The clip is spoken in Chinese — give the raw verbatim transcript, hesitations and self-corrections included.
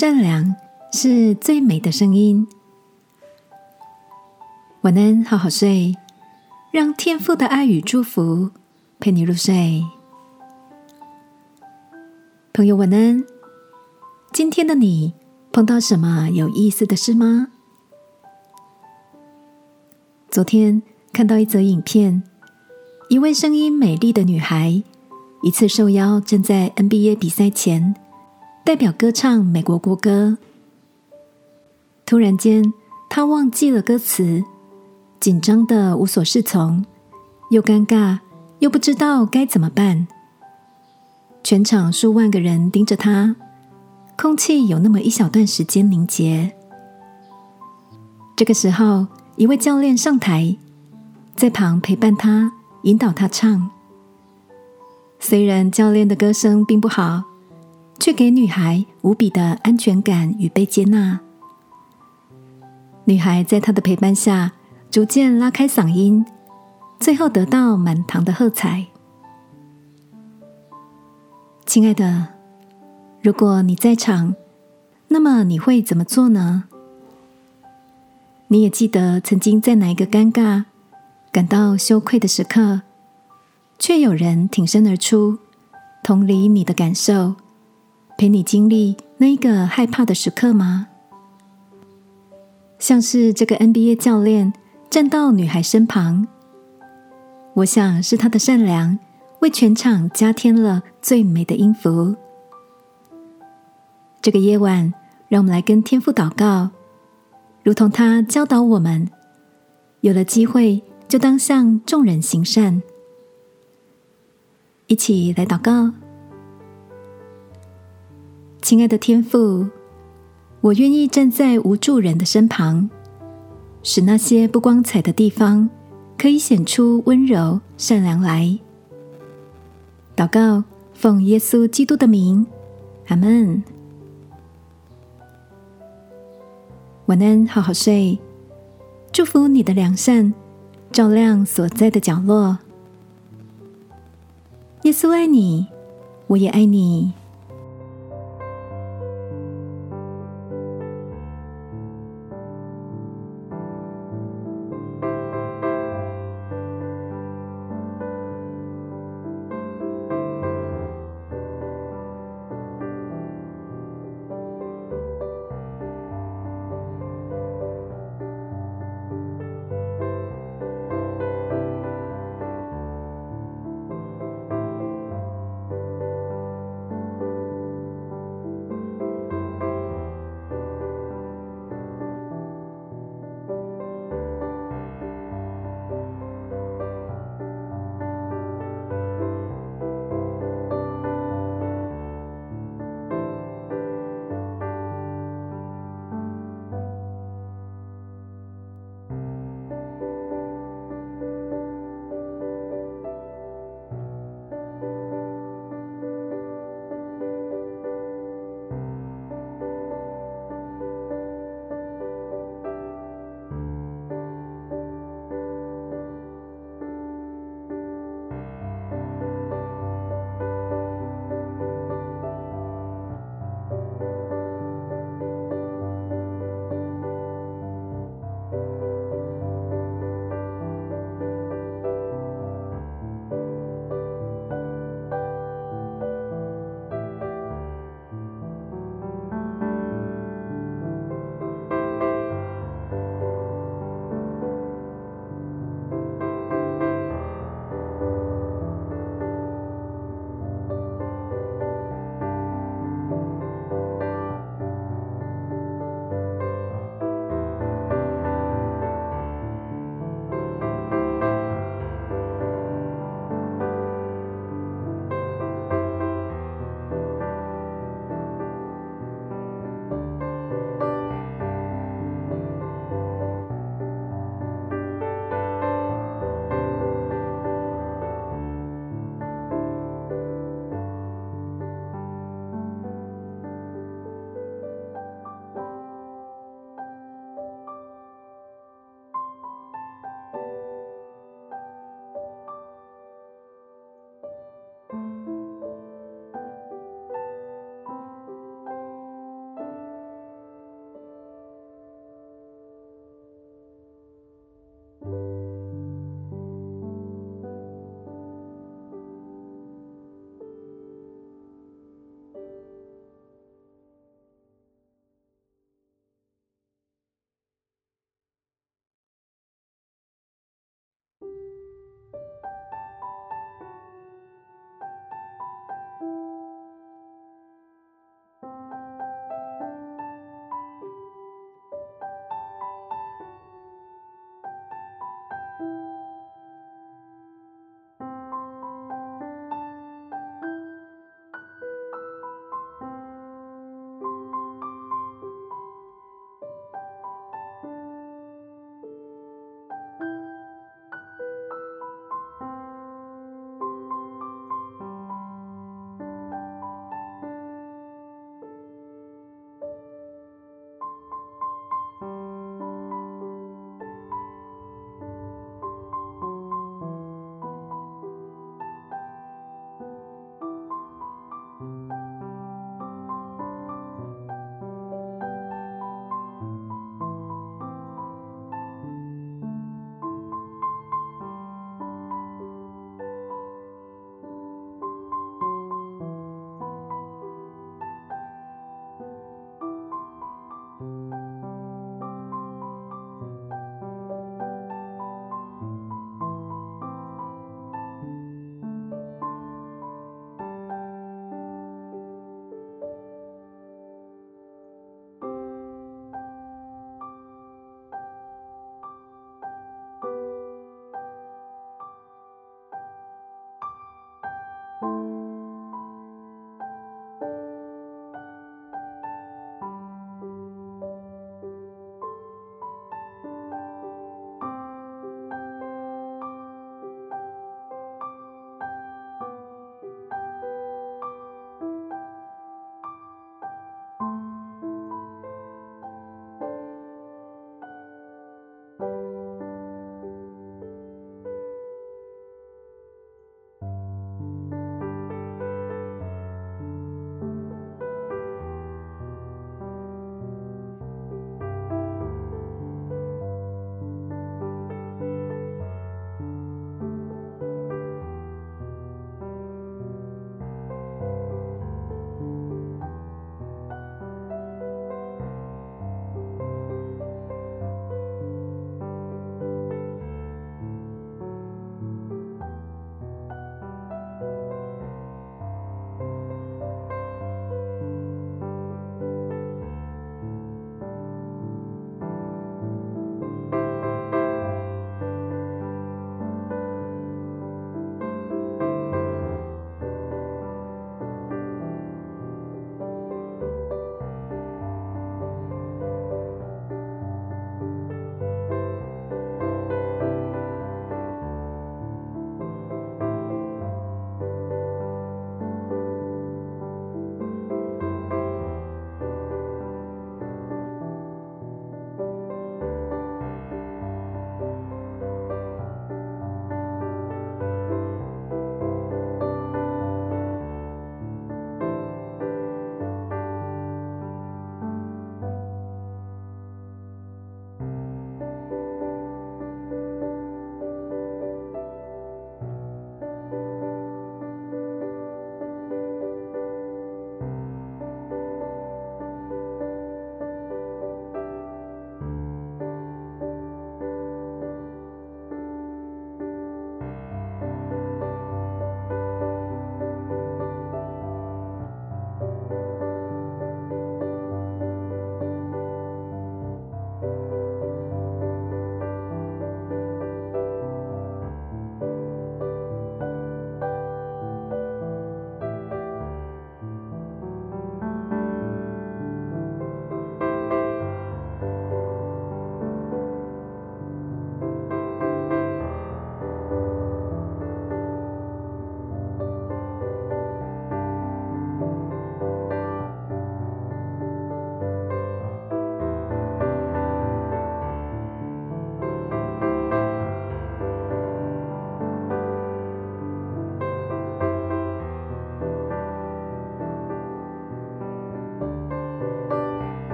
善良是最美的声音。晚安，好好睡，让天父的爱与祝福陪你入睡。朋友晚安，今天的你碰到什么有意思的事吗？昨天看到一则影片，一位声音美丽的女孩一次受邀站在 N B A 比赛前代表歌唱美国国歌，突然间她忘记了歌词，紧张得无所适从，又尴尬又不知道该怎么办。全场数万个人盯着她，空气有那么一小段时间凝结。这个时候，一位教练上台，在旁陪伴她，引导她唱。虽然教练的歌声并不好，却给女孩无比的安全感与被接纳。女孩在他的陪伴下逐渐拉开嗓音，最后得到满堂的喝彩。亲爱的，如果你在场，那么你会怎么做呢？你也记得曾经在哪一个尴尬、感到羞愧的时刻，却有人挺身而出，同理你的感受，陪你经历那一个害怕的时刻吗？像是这个 N B A 教练站到女孩身旁，我想是他的善良为全场加添了最美的音符。这个夜晚，让我们来跟天父祷告，如同他教导我们，有了机会就当向众人行善。一起来祷告。亲爱的天父，我愿意站在无助人的身旁，使那些不光彩的地方可以显出温柔善良来。祷告，奉耶稣基督的名，阿们。晚安，好好睡，祝福你的良善照亮所在的角落。耶稣爱你，我也爱你。